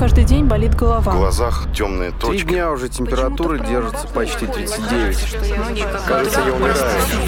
каждый день болит голова. В глазах темные точки. 3 дня уже температура держится почти 39. Кажется, я умираю.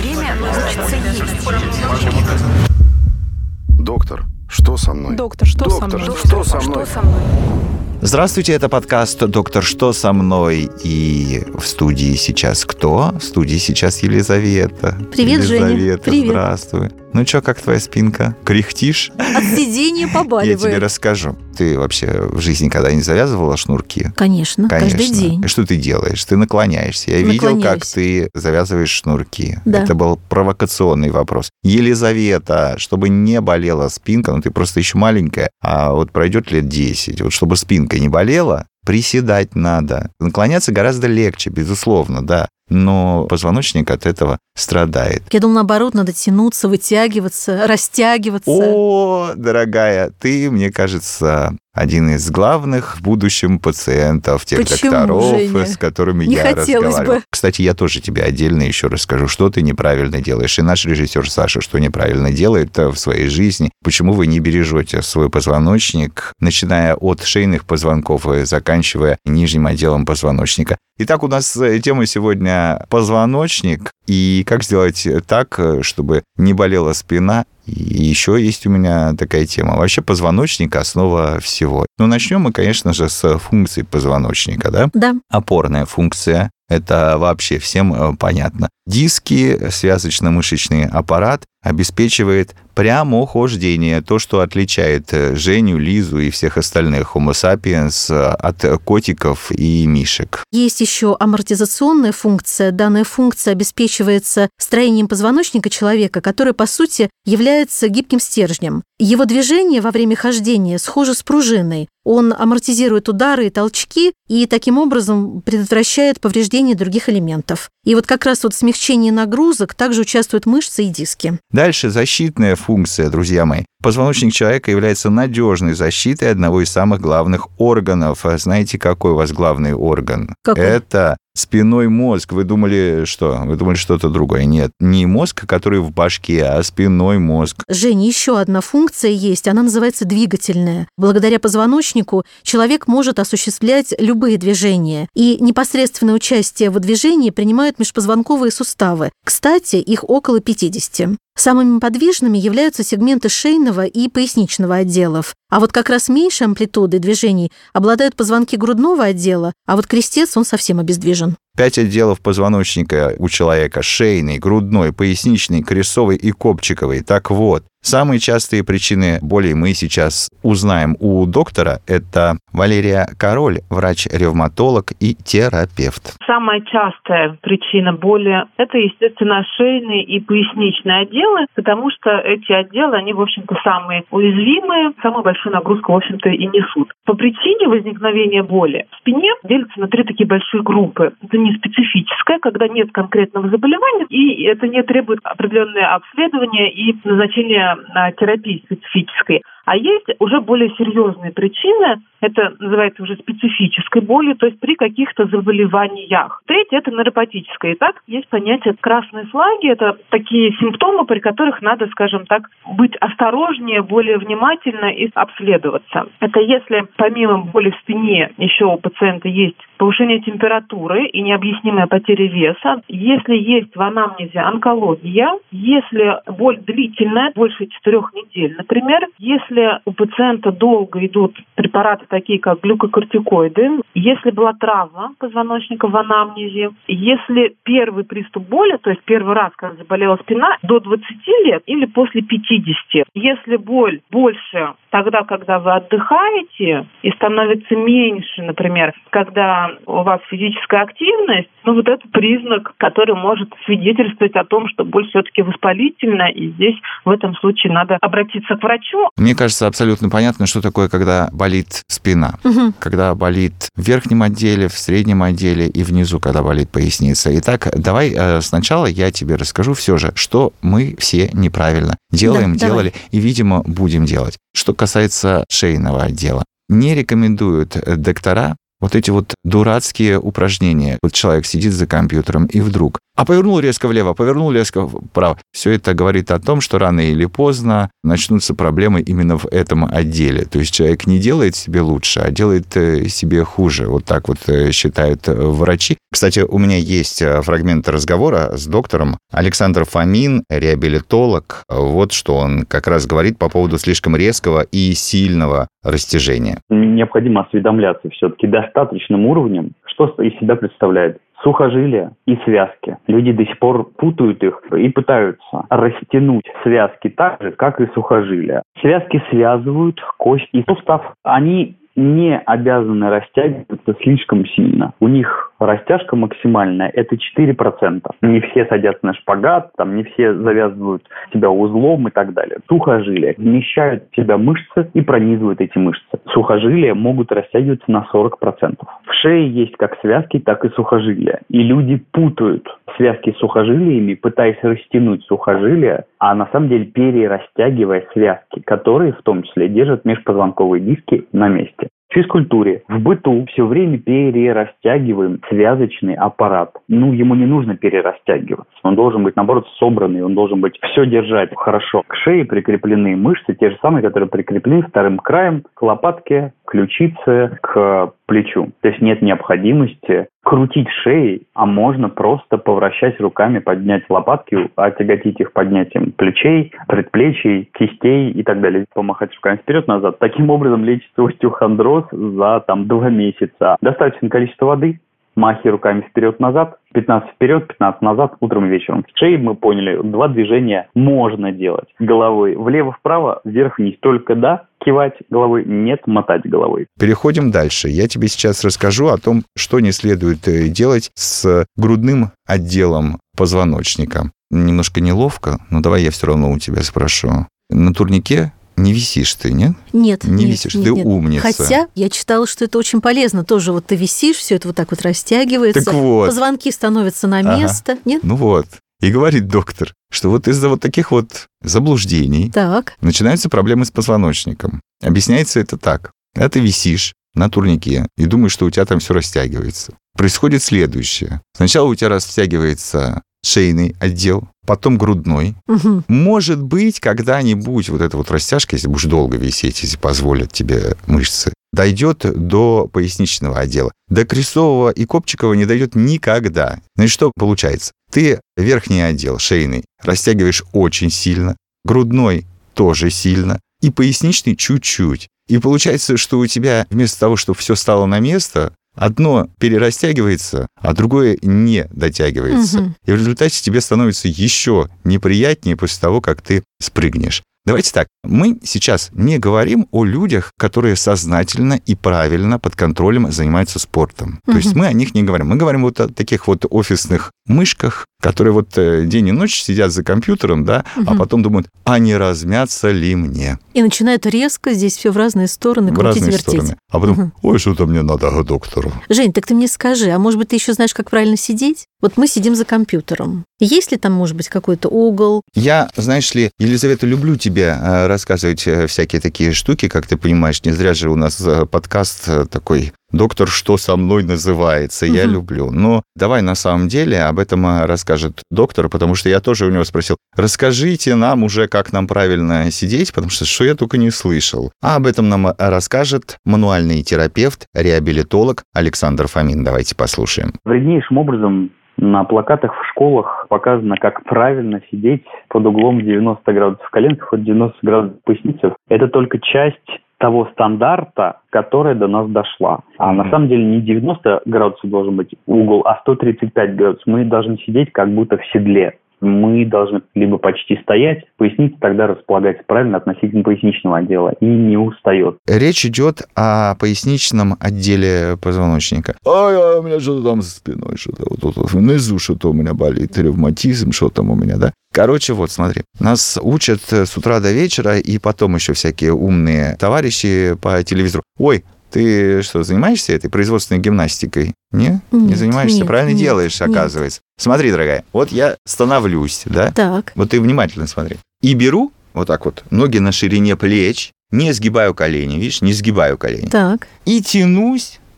Доктор, что со мной? Доктор, что со мной? Что со мной? Здравствуйте, это подкаст «Доктор, что со мной?» И в студии сейчас кто? В студии сейчас Елизавета. Привет, Елизавета, Женя. Привет. Здравствуй. Ну что, как твоя спинка? Кряхтишь? От сидения побаливает. Я тебе расскажу. Ты вообще в жизни когда-нибудь завязывала шнурки? Конечно, каждый день. И что ты делаешь? Ты наклоняешься. Я видел, как ты завязываешь шнурки. Да. Это был провокационный вопрос. Елизавета, чтобы не болела спинка, ты просто еще маленькая, а вот пройдет лет 10, вот чтобы спинка не болела, приседать надо. Наклоняться гораздо легче, безусловно, да. Но позвоночник от этого страдает. Я думала, наоборот, надо тянуться, вытягиваться, растягиваться. О, дорогая, ты, мне кажется, один из главных в будущем пациентов, тех докторов, Женя? с которыми Не я хотелось разговаривал. бы. Кстати, я тоже тебе отдельно еще расскажу, что ты неправильно делаешь. И наш режиссер Саша, что неправильно делает в своей жизни. Почему вы не бережете свой позвоночник, начиная от шейных позвонков и заканчивая нижним отделом позвоночника. Итак, у нас тема сегодня позвоночник. И как сделать так, чтобы не болела спина. И еще есть у меня такая тема. Вообще позвоночник – основа всего. Ну, начнем мы, конечно же, с функции позвоночника, да? Да. Опорная функция – это вообще всем понятно. Диски, связочно-мышечный аппарат обеспечивает прямохождение, то, что отличает Женю, Лизу и всех остальных Homo sapiens от котиков и мишек. Есть еще амортизационная функция. Данная функция обеспечивается строением позвоночника человека, который, по сути, является гибким стержнем. Его движение во время хождения схоже с пружиной. Он амортизирует удары и толчки и таким образом предотвращает повреждение других элементов. И вот как раз вот в смягчении нагрузок также участвуют мышцы и диски. Дальше защитная функция, друзья мои. Позвоночник человека является надежной защитой одного из самых главных органов. А знаете, какой у вас главный орган? Какой? Это спинной мозг. Вы думали, что? Вы думали что-то другое? Нет, не мозг, который в башке, а спинной мозг. Жень, еще одна функция есть, она называется двигательная. Благодаря позвоночнику человек может осуществлять любые движения, и непосредственное участие в движении принимают межпозвонковые суставы. Кстати, их около 50. Самыми подвижными являются сегменты шейного и поясничного отделов. А вот как раз меньшей амплитудой движений обладают позвонки грудного отдела, а вот крестец, он совсем обездвижен. 5 отделов позвоночника у человека: шейный, грудной, поясничный, крестцовый и копчиковый. Так вот, самые частые причины боли мы сейчас узнаем у доктора. Это Валерия Король, врач-ревматолог и терапевт. Самая частая причина боли – это, естественно, шейные и поясничные отделы, потому что эти отделы, они, в общем-то, самые уязвимые, самую большую нагрузку, в общем-то, и несут. По причине возникновения боли в спине делятся на 3 такие большие группы. Это не специфическое, когда нет конкретного заболевания, и это не требует определенное обследование и назначения терапии специфической. А есть уже более серьезные причины, это называется уже специфической болью, то есть при каких-то заболеваниях. Третье – это нейропатическое. Итак, есть понятие красные флаги, это такие симптомы, при которых надо, скажем так, быть осторожнее, более внимательно и обследоваться. Это если помимо боли в спине еще у пациента есть повышение температуры и необъяснимая потеря веса, если есть в анамнезе онкология, если боль длительная, больше 4 недель, например, если у пациента долго идут препараты, такие как глюкокортикоиды, если была травма позвоночника в анамнезе, если первый приступ боли, то есть первый раз, когда заболела спина, до 20 лет или после 50. Если боль больше тогда, когда вы отдыхаете, и становится меньше, например, когда у вас физическая активность, вот это признак, который может свидетельствовать о том, что боль все-таки воспалительна, и здесь в этом случае надо обратиться к врачу. Мне кажется, абсолютно понятно, что такое, когда болит спина. Угу. Когда болит в верхнем отделе, в среднем отделе и внизу, когда болит поясница. Итак, давай сначала я тебе расскажу все же, что мы все неправильно делаем, делали и, видимо, будем делать. Что касается шейного отдела. Не рекомендуют доктора вот эти вот дурацкие упражнения. Вот человек сидит за компьютером и вдруг повернул резко влево, повернул резко вправо. Все это говорит о том, что рано или поздно начнутся проблемы именно в этом отделе. То есть человек не делает себе лучше, а делает себе хуже. Вот так вот считают врачи. Кстати, у меня есть фрагмент разговора с доктором. Александр Фомин, реабилитолог. Вот что он как раз говорит по поводу слишком резкого и сильного растяжения. Необходимо осведомляться все-таки достаточным уровнем, что из себя представляет сухожилия и связки. Люди до сих пор путают их и пытаются растянуть связки так же, как и сухожилия. Связки связывают кость и сустав. Они не обязаны растягиваться слишком сильно. У них растяжка максимальная – это 4%. Не все садятся на шпагат, там не все завязывают себя узлом и так далее. Сухожилия вмещают в себя мышцы и пронизывают эти мышцы. Сухожилия могут растягиваться на 40%. В шее есть как связки, так и сухожилия. И люди путают связки с сухожилиями, пытаясь растянуть сухожилия, а на самом деле перерастягивая связки, которые в том числе держат межпозвонковые диски на месте. В физкультуре, в быту все время перерастягиваем связочный аппарат. Ему не нужно перерастягиваться. Он должен быть, наоборот, собранный, он должен быть все держать хорошо. К шее прикреплены мышцы, те же самые, которые прикреплены вторым краем к лопатке, к ключице, к плечу. То есть нет необходимости крутить шеей, а можно просто повращать руками, поднять лопатки, отяготить их поднятием плечей, предплечий, кистей и так далее. Помахать руками вперед-назад. Таким образом лечится остеохондроз за 2 месяца. Достаточное количество воды, махи руками вперед-назад, 15 вперед, 15 назад, утром и вечером. В шее мы поняли, 2 движения можно делать. Головой влево-вправо, вверх-вниз. Только да, кивать головой, нет, мотать головой. Переходим дальше. Я тебе сейчас расскажу о том, что не следует делать с грудным отделом позвоночника. Немножко неловко, но давай я все равно у тебя спрошу. На турнике не висишь ты, нет? Нет. Не висишь, ты умница. Хотя я читала, что это очень полезно. Тоже вот ты висишь, все это вот так вот растягивается. Так вот. Позвонки становятся на место. Нет? Ну вот. И говорит доктор, что вот из-за вот таких вот заблуждений начинаются проблемы с позвоночником. Объясняется это так. Когда ты висишь на турнике и думаешь, что у тебя там все растягивается, происходит следующее. Сначала у тебя растягивается шейный отдел, потом грудной. Угу. Может быть, когда-нибудь вот эта вот растяжка, если будешь долго висеть, если позволят тебе мышцы, дойдет до поясничного отдела. До крестового и копчикового не дойдет никогда. Значит, что получается? Ты верхний отдел, шейный, растягиваешь очень сильно, грудной тоже сильно, и поясничный чуть-чуть. И получается, что у тебя вместо того, чтобы все стало на место, одно перерастягивается, а другое не дотягивается. Угу. И в результате тебе становится еще неприятнее после того, как ты спрыгнешь. Давайте так, мы сейчас не говорим о людях, которые сознательно и правильно под контролем занимаются спортом. То есть мы о них не говорим. Мы говорим вот о таких вот офисных мышках, которые вот день и ночь сидят за компьютером, да, а потом думают, а не размяться ли мне? И начинают резко здесь все в разные стороны крутить, вертеть. Стороны. А потом, ой, что-то мне надо к доктору. Жень, так ты мне скажи, а может быть, ты еще знаешь, как правильно сидеть? Вот мы сидим за компьютером. Есть ли там, может быть, какой-то угол? Я, знаешь ли, Елизавета, люблю тебе рассказывать всякие такие штуки, как ты понимаешь. Не зря же у нас подкаст такой «Доктор, что со мной?» называется. Я люблю. Но давай на самом деле об этом расскажет доктор, потому что я тоже у него спросил, расскажите нам уже, как нам правильно сидеть, потому что я только не слышал. А об этом нам расскажет мануальный терапевт, реабилитолог Александр Фомин. Давайте послушаем. Вреднейшим образом на плакатах в школах показано, как правильно сидеть под углом 90 градусов коленках, от 90 градусов поясницы. Это только часть того стандарта, которая до нас дошла. А на самом деле не 90 градусов должен быть угол, а 135 градусов. Мы должны сидеть как будто в седле. Мы должны либо почти стоять, поясница тогда располагается правильно относительно поясничного отдела и не устает. Речь идет о поясничном отделе позвоночника. У меня что-то там за спиной, что-то вот внизу что-то у меня болит, ревматизм, что там у меня, да? Короче, вот смотри, нас учат с утра до вечера, и потом еще всякие умные товарищи по телевизору. Ой, ты что, занимаешься этой производственной гимнастикой? Не занимаешься? Нет, правильно делаешь, оказывается. Смотри, дорогая, вот я становлюсь, да? Так. Вот ты внимательно смотри. И беру вот так вот ноги на ширине плеч, не сгибаю колени, видишь, не сгибаю колени. Так. И тянусь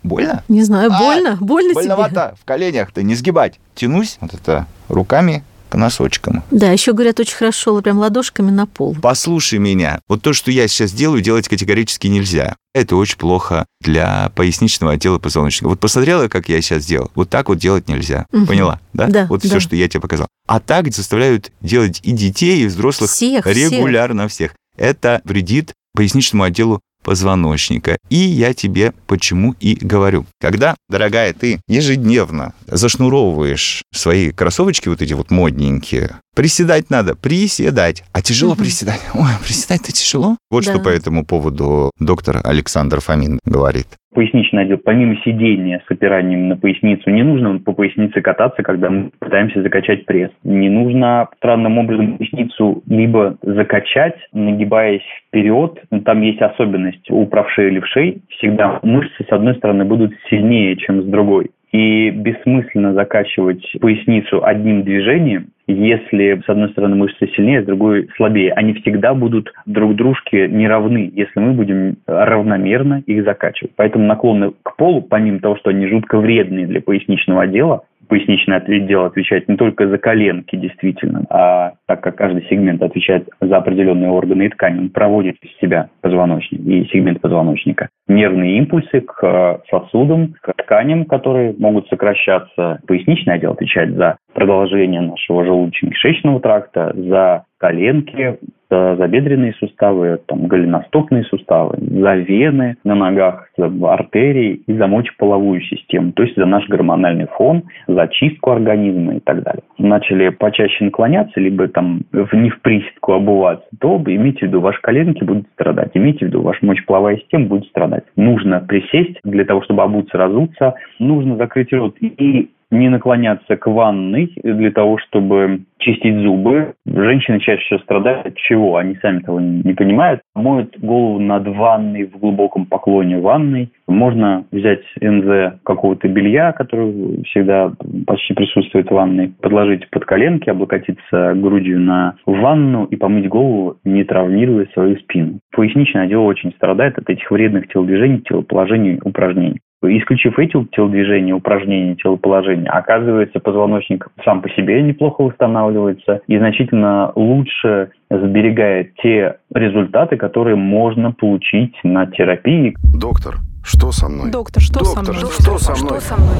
Больно? Не знаю, больно? Больно тебе? Больновато в коленях-то не сгибать. Тянусь вот это руками к носочкам. Да, еще говорят, очень хорошо прям ладошками на пол. Послушай меня. Вот то, что я сейчас делаю, делать категорически нельзя. Это очень плохо для поясничного отдела позвоночника. Вот посмотрела, как я сейчас делал? Вот так вот делать нельзя. Поняла? Да? Да. Вот все, что я тебе показал. А так заставляют делать и детей, и взрослых регулярно всех. Это вредит поясничному отделу позвоночника. И я тебе почему и говорю. Когда, дорогая, ты ежедневно зашнуровываешь свои кроссовочки вот эти вот модненькие, приседать надо, приседать. А тяжело приседать. Ой, приседать-то тяжело. Вот что по этому поводу доктор Александр Фомин говорит. Поясничный отдел, помимо сидения с опиранием на поясницу, не нужно по пояснице кататься, когда мы пытаемся закачать пресс. Не нужно странным образом поясницу либо закачать, нагибаясь вперед. Там есть особенность у правшей и левшей. Всегда мышцы с одной стороны будут сильнее, чем с другой. И бессмысленно закачивать поясницу одним движением, если с одной стороны мышцы сильнее, с другой слабее. Они всегда будут друг дружке неравны, если мы будем равномерно их закачивать. Поэтому наклоны к полу, помимо того, что они жутко вредные для поясничного отдела, поясничный отдел отвечает не только за коленки, действительно, а так как каждый сегмент отвечает за определенные органы и ткани, он проводит из себя позвоночник и сегмент позвоночника. Нервные импульсы к сосудам, к тканям, которые могут сокращаться. Поясничный отдел отвечает за продолжение нашего желудочно-кишечного тракта, за коленки, за забедренные суставы, там, голеностопные суставы, за вены на ногах, за артерии и за мочеполовую систему, то есть за наш гормональный фон, за чистку организма и так далее. Начали почаще наклоняться, либо там не в приседку обуваться, то имейте в виду, ваши коленки будут страдать, имейте в виду, ваша мочеполовая система будет страдать. Нужно присесть для того, чтобы обуться, разуться, нужно закрыть рот и не наклоняться к ванной для того, чтобы чистить зубы. Женщины чаще всего страдают от чего? Они сами того не понимают. Моют голову над ванной, в глубоком поклоне ванной. Можно взять НЗ какого-то белья, который всегда почти присутствует в ванной, подложить под коленки, облокотиться грудью на ванну и помыть голову, не травмируя свою спину. Поясничный отдел очень страдает от этих вредных телодвижений, телоположений, упражнений. Исключив эти телодвижения, упражнения, телоположения, оказывается, позвоночник сам по себе неплохо восстанавливается и значительно лучше сберегает те результаты, которые можно получить на терапии. Доктор, что со мной? Доктор, что со мной? Что со мной?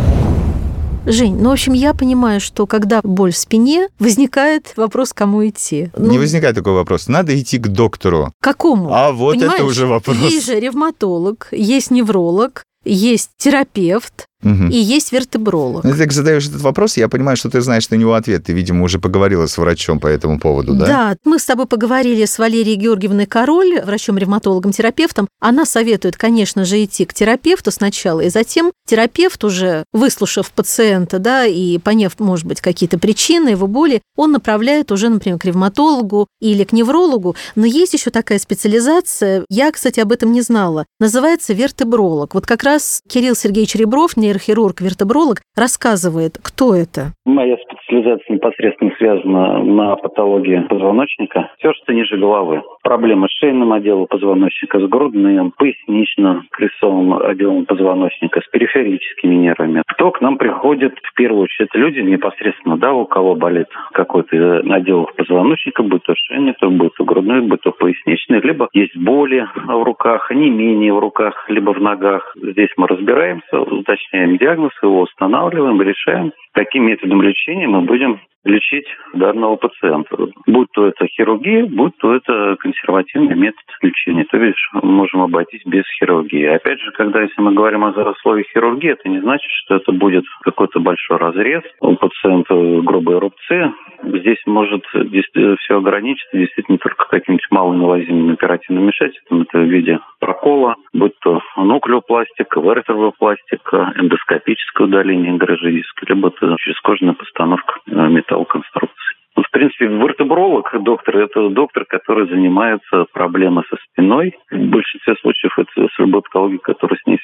Жень, в общем, я понимаю, что когда боль в спине, возникает вопрос, кому идти. Не возникает такой вопрос. Надо идти к доктору. Какому? А вот Понимаешь? это уже вопрос. Есть же ревматолог, есть невролог, есть терапевт, и есть вертебролог. Ты так задаешь этот вопрос, я понимаю, что ты знаешь на него ответ. Ты, видимо, уже поговорила с врачом по этому поводу, да? Да, мы с тобой поговорили с Валерией Георгиевной Король, врачом-ревматологом, терапевтом. Она советует, конечно же, идти к терапевту сначала, и затем терапевт, уже выслушав пациента, да, и поняв, может быть, какие-то причины его боли, он направляет уже, например, к ревматологу или к неврологу. Но есть еще такая специализация, я, кстати, об этом не знала, называется вертебролог. Вот как раз Кирилл Сергеевич Ребров, нейрохирург-вертебролог, рассказывает, кто это. Моя специализация непосредственно связана на патологии позвоночника. Все, что ниже головы. Проблемы с шейным отделом позвоночника, с грудным, пояснично-крестцовым отделом позвоночника, с периферическими нервами. Кто к нам приходит, в первую очередь, люди непосредственно, да, у кого болит какой-то отдел позвоночника, будь то шейный, то будь то грудной, будь то поясничный, либо есть боли в руках, онемение в руках, либо в ногах. Здесь мы разбираемся, уточняем диагноз, его устанавливаем, решаем, каким методом лечения мы будем лечить данного пациента. Будь то это хирургия, будь то это консервативный метод лечения. То есть можем обойтись без хирургии. Опять же, если мы говорим о слове хирургия, это не значит, что это будет какой-то большой разрез. У пациента грубые рубцы. Здесь может все ограничиться действительно только каким-нибудь малоинвазивным оперативным вмешательством. Это в виде прокола, будь то нуклеопластика, вертеропластика, эндоскопическое удаление грыжи диска, либо это чрезкожная постановка металлоконструкции. В принципе, вертебролог, доктор, это доктор, который занимается проблемой со спиной. В большинстве случаев это с любой патологией, которая с ней связана.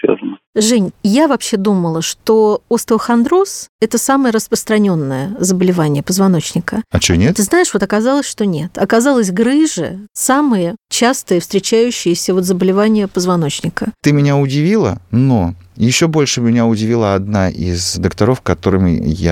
Жень, я вообще думала, что остеохондроз – это самое распространенное заболевание позвоночника. А что, нет? Ты знаешь, вот оказалось, что нет. Оказалось, грыжи – самые частые встречающиеся заболевания позвоночника. Ты меня удивила, но еще больше меня удивила одна из докторов, к которым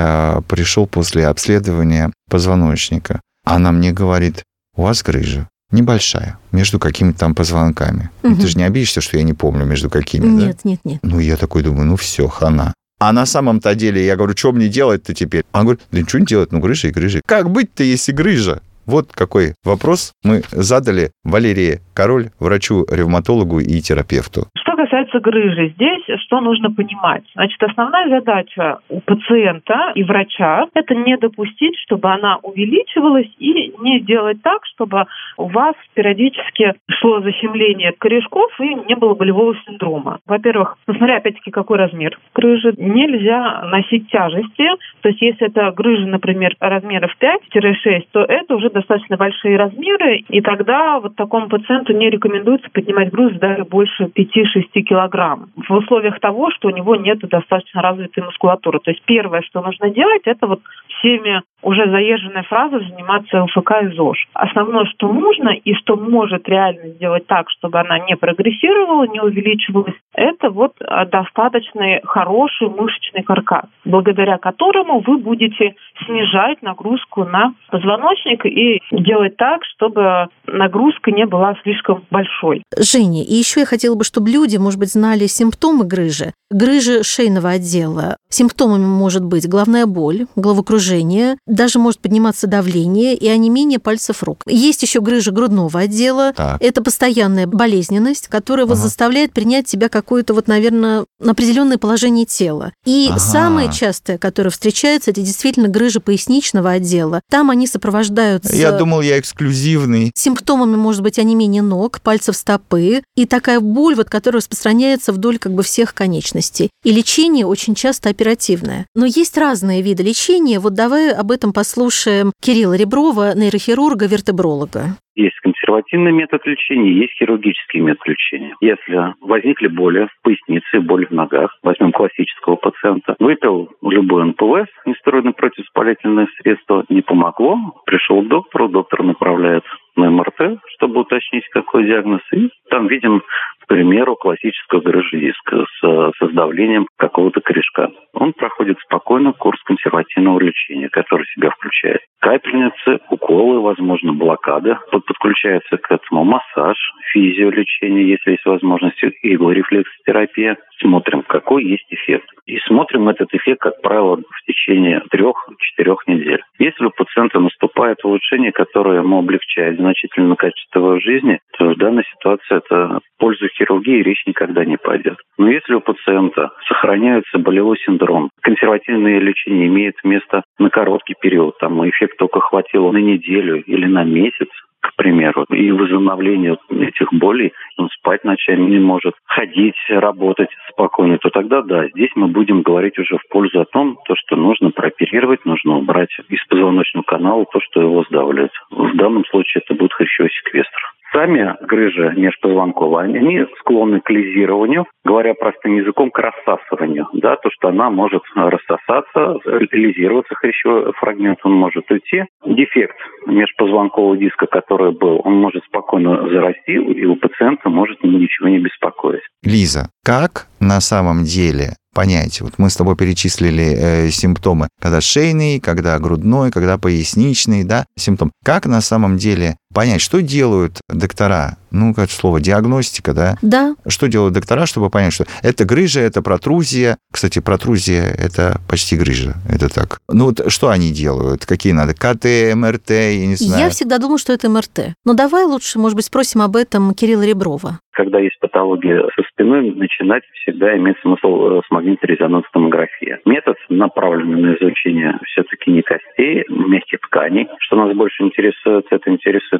я пришел после обследования позвоночника. Она мне говорит: у вас грыжа небольшая, между какими-то там позвонками. Ты же не обидишься, что я не помню, между какими, нет, да? Нет. Ну, я такой думаю, все, хана. А на самом-то деле я говорю, что мне делать-то теперь? Она говорит, да ничего не делать, грыжа и грыжа. Как быть-то, если грыжа? Вот какой вопрос мы задали Валерии Король, врачу-ревматологу и терапевту. Что касается грыжи, здесь что нужно понимать? Значит, основная задача у пациента и врача – это не допустить, чтобы она увеличивалась, и не делать так, чтобы у вас периодически шло защемление корешков и не было болевого синдрома. Во-первых, смотря опять-таки какой размер грыжи, нельзя носить тяжести. То есть если это грыжа, например, размеров 5-6, то это уже достаточно большие размеры, и тогда вот такому пациенту не рекомендуется поднимать груз даже больше 5-6 килограмм в условиях того, что у него нет достаточно развитой мускулатуры. То есть первое, что нужно делать, это вот всеми уже заезженной фразой заниматься ЛФК и ЗОЖ. Основное, что нужно и что может реально сделать так, чтобы она не прогрессировала, не увеличивалась, это вот достаточно хороший мышечный каркас, благодаря которому вы будете снижать нагрузку на позвоночник и делать так, чтобы нагрузка не была слишком большой. Женя, и еще я хотела бы, чтобы люди, может быть, знали симптомы грыжи. Грыжи шейного отдела. Симптомами может быть головная боль, головокружение, даже может подниматься давление и онемение пальцев рук. Есть еще грыжа грудного отдела. Так. Это постоянная болезненность, которая вот заставляет принять себя какое-то вот, наверное, определенное положение тела. И самое частое, которое встречается, это действительно грыжа поясничного отдела. Там они сопровождаются... Я думал, я эксклюзивный. Симптомами может быть онемение ног, пальцев стопы и такая боль, вот, которая распространяется вдоль как бы всех конечностей. И лечение очень часто оперативное. Но есть разные виды лечения. Вот давай об этом послушаем Кирилла Реброва, нейрохирурга-вертебролога. Есть консервативный метод лечения, есть хирургический метод лечения. Если возникли боли в пояснице, боли в ногах, возьмем классического пациента, выпил любой НПВС, нестероидное противовоспалительное средство, не помогло, пришел к доктору, доктор направляет на МРТ, чтобы уточнить, какой диагноз, и там видим, к примеру, классическую грыжу диска с давлением какого-то корешка. Он проходит спокойно курс консервативного лечения, который в себя включает капельницы, уколы, возможно, блокада. Подключается к этому массаж, физиолечение, если есть возможность, иглорефлексотерапия. Смотрим, какой есть эффект. И смотрим этот эффект, как правило, в течение 3-4 недель. Если у пациента наступает улучшение, которое ему облегчает значительно качество его жизни, то в данной ситуации это в пользу хирургии речь никогда не пойдет. Но если у пациента сохраняется болевой синдром, консервативное лечение имеет место на короткий период, там эффект только хватило на неделю или на месяц, к примеру, и возобновление этих болей, он спать ночами не может, ходить, работать спокойно, то тогда да, здесь мы будем говорить уже в пользу о том, что нужно прооперировать, нужно убрать из позвоночного канала то, что его сдавливает. В данном случае это будет хрящевой секвестр. Сами грыжи межпозвонковые, они склонны к лизированию, говоря простым языком, к рассасыванию. Да, то, что она может рассосаться, лизироваться, хрящевой фрагмент, он может уйти. Дефект межпозвонкового диска, который был, он может спокойно зарасти, и у пациента может ничего не беспокоить. Лиза, как на самом деле понять? Вот мы с тобой перечислили симптомы, когда шейный, когда грудной, когда поясничный, да, симптом. Как на самом деле понять, что делают доктора? Ну, как слово, диагностика, да? Да. Что делают доктора, чтобы понять, что это грыжа, это протрузия. Кстати, протрузия – это почти грыжа, это так. Ну, вот что они делают? Какие надо? КТ, МРТ, я не знаю. Я всегда думала, что это МРТ. Но давай лучше, может быть, спросим об этом Кирилла Реброва. Когда есть патология со спиной, начинать всегда имеет смысл с магнитно-резонансной томографии. Метод направлен на изучение все-таки не костей, мягких тканей. Что нас больше интересует, это интересует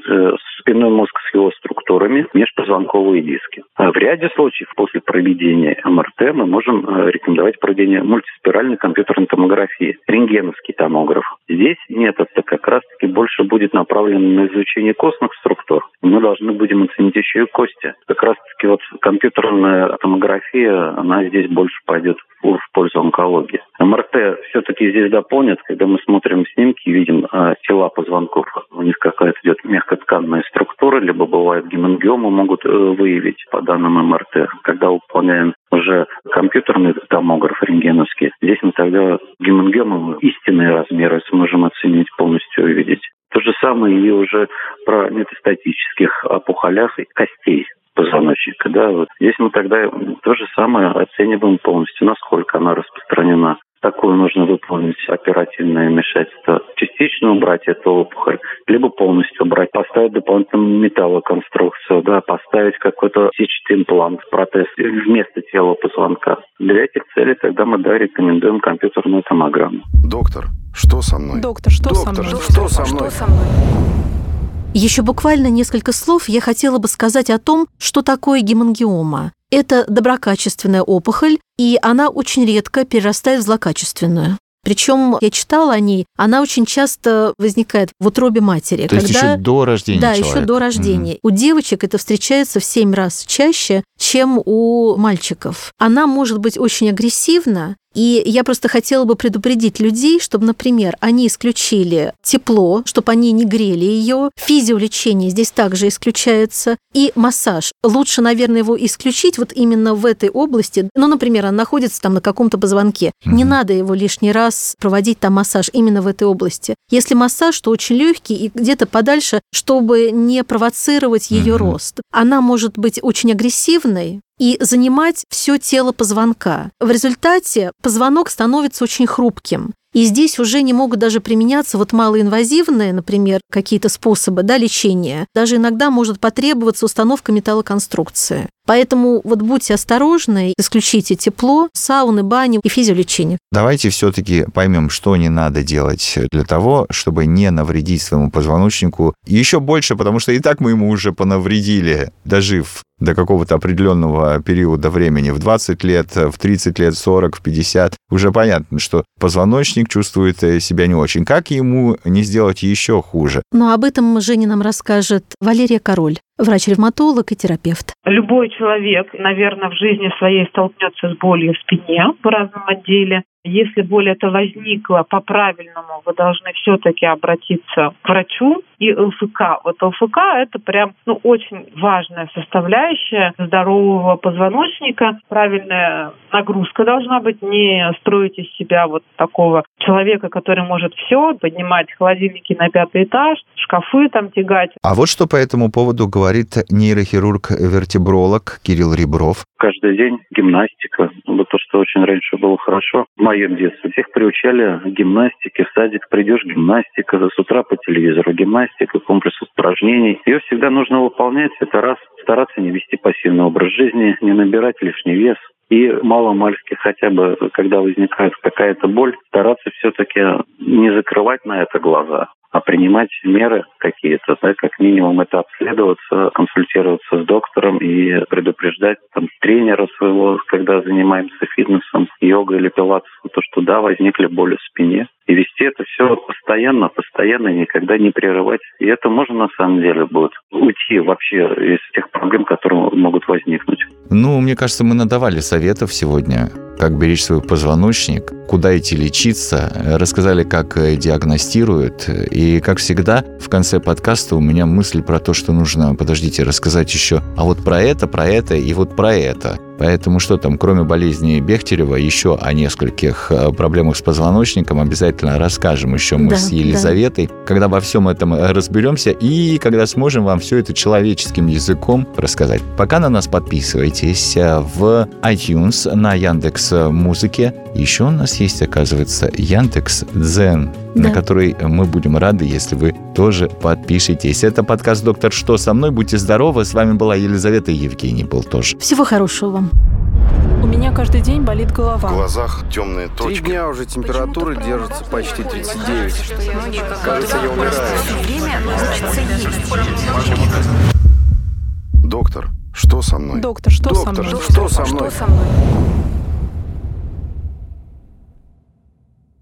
спинной мозг с его структурами, межпозвонковые диски. В ряде случаев после проведения МРТ мы можем рекомендовать проведение мультиспиральной компьютерной томографии, рентгеновский томограф. Здесь метод-то как раз-таки больше будет направлен на изучение костных структур. Мы должны будем оценить еще и кости. Как раз-таки вот компьютерная томография, она здесь больше пойдет в пользу онкологии. МРТ все-таки здесь дополнит, когда мы смотрим снимки и видим тела позвонков. У них какая-то идет мягкотканная структура, либо бывает гемангиомы могут выявить по данным МРТ. Когда выполняем уже компьютерный томограф рентгеновский, здесь мы тогда гемангиомы истинные размеры сможем оценить, полностью увидеть. То же самое и уже про метастатических опухолях костей позвоночника. Да, вот здесь мы тогда то же самое оцениваем полностью, насколько она распространена. Такое нужно выполнить оперативное вмешательство. Частично убрать эту опухоль, либо полностью убрать, поставить дополнительную металлоконструкцию, да, поставить какой-то сетчатый имплант, протез вместо тела позвонка. Для этих целей тогда мы, да, рекомендуем компьютерную томограмму. Доктор, что со мной? Доктор, что со мной? Что со мной? Еще буквально несколько слов я хотела бы сказать о том, что такое гемангиома. Это доброкачественная опухоль, и она очень редко перерастает в злокачественную. Причем я читала о ней, она очень часто возникает в утробе матери. То есть еще до рождения человека? Да, еще до рождения. У девочек это встречается в 7 раз чаще, чем у мальчиков. Она может быть очень агрессивна, и я просто хотела бы предупредить людей, чтобы, например, они исключили тепло, чтобы они не грели ее. Физиолечение здесь также исключается. И массаж. Лучше, наверное, его исключить вот именно в этой области. Ну, например, он находится там на каком-то позвонке. Не надо его лишний раз проводить там массаж именно в этой области. Если массаж, то очень легкий и где-то подальше, чтобы не провоцировать ее рост. Она может быть очень агрессивной и занимать все тело позвонка. В результате позвонок становится очень хрупким. И здесь уже не могут даже применяться вот малоинвазивные, например, какие-то способы, да, лечения. Даже иногда может потребоваться установка металлоконструкции. Поэтому вот будьте осторожны, исключите тепло, сауны, бани и физиолечение. Давайте все-таки поймем, что не надо делать для того, чтобы не навредить своему позвоночнику. И еще больше, потому что и так мы ему уже понавредили, дожив до какого-то определенного периода времени, в 20 лет, в 30 лет, 40, в 50. Уже понятно, что позвоночник чувствует себя не очень. Как ему не сделать еще хуже? Но об этом Женя нам расскажет Валерия Король, врач-ревматолог и терапевт. Любой человек, наверное, в жизни своей столкнется с болью в спине в разном отделе. Если боль эта возникла по-правильному, вы должны все-таки обратиться к врачу. И ЛФК. Вот ЛФК – это прям очень важная составляющая здорового позвоночника. Правильная нагрузка должна быть. Не строить из себя вот такого человека, который может все, поднимать холодильники на 5-й этаж, шкафы там тягать. А вот что по этому поводу говорит нейрохирург-вертебролог Кирилл Ребров. Каждый день гимнастика. Вот то, что очень раньше было хорошо. В моем детстве всех приучали к гимнастике. В садик придешь, гимнастика. С утра по телевизору гимнастика, комплекс упражнений. Ее всегда нужно выполнять. Это раз. Стараться не вести пассивный образ жизни, не набирать лишний вес. И мало-мальски хотя бы, когда возникает какая-то боль, стараться все-таки не закрывать на это глаза, а принимать меры какие-то, да, как минимум это обследоваться, консультироваться с доктором и предупреждать там тренера своего, когда занимаемся фитнесом, йогой или пилатесом, то, что да, возникли боли в спине. И вести это все постоянно, никогда не прерывать. И это можно на самом деле будет уйти вообще из тех проблем, которые могут возникнуть. Мне кажется, мы надавали советов сегодня, как беречь свой позвоночник, куда идти лечиться, рассказали, как диагностируют. И, как всегда, в конце подкаста у меня мысль про то, что нужно, рассказать еще, а вот про это и вот про это. Поэтому что там, кроме болезни Бехтерева, еще о нескольких проблемах с позвоночником обязательно расскажем еще мы с Елизаветой, когда во всем этом разберемся и когда сможем вам все это человеческим языком рассказать. Пока на нас подписывайтесь в iTunes, на Яндекс.Музыке. Еще у нас есть, оказывается, Яндекс.Дзен, на который мы будем рады, если вы тоже подпишетесь. Это подкаст «Доктор, что со мной?». Будьте здоровы. С вами была Елизавета, и Евгений был тоже. Всего хорошего вам. У меня каждый день болит В голова. глазах темные 3 точки. дня уже температура держится почти 39. Кажется, я умираю. Доктор, что со мной? Доктор, что со Доктор, мной? что со мной?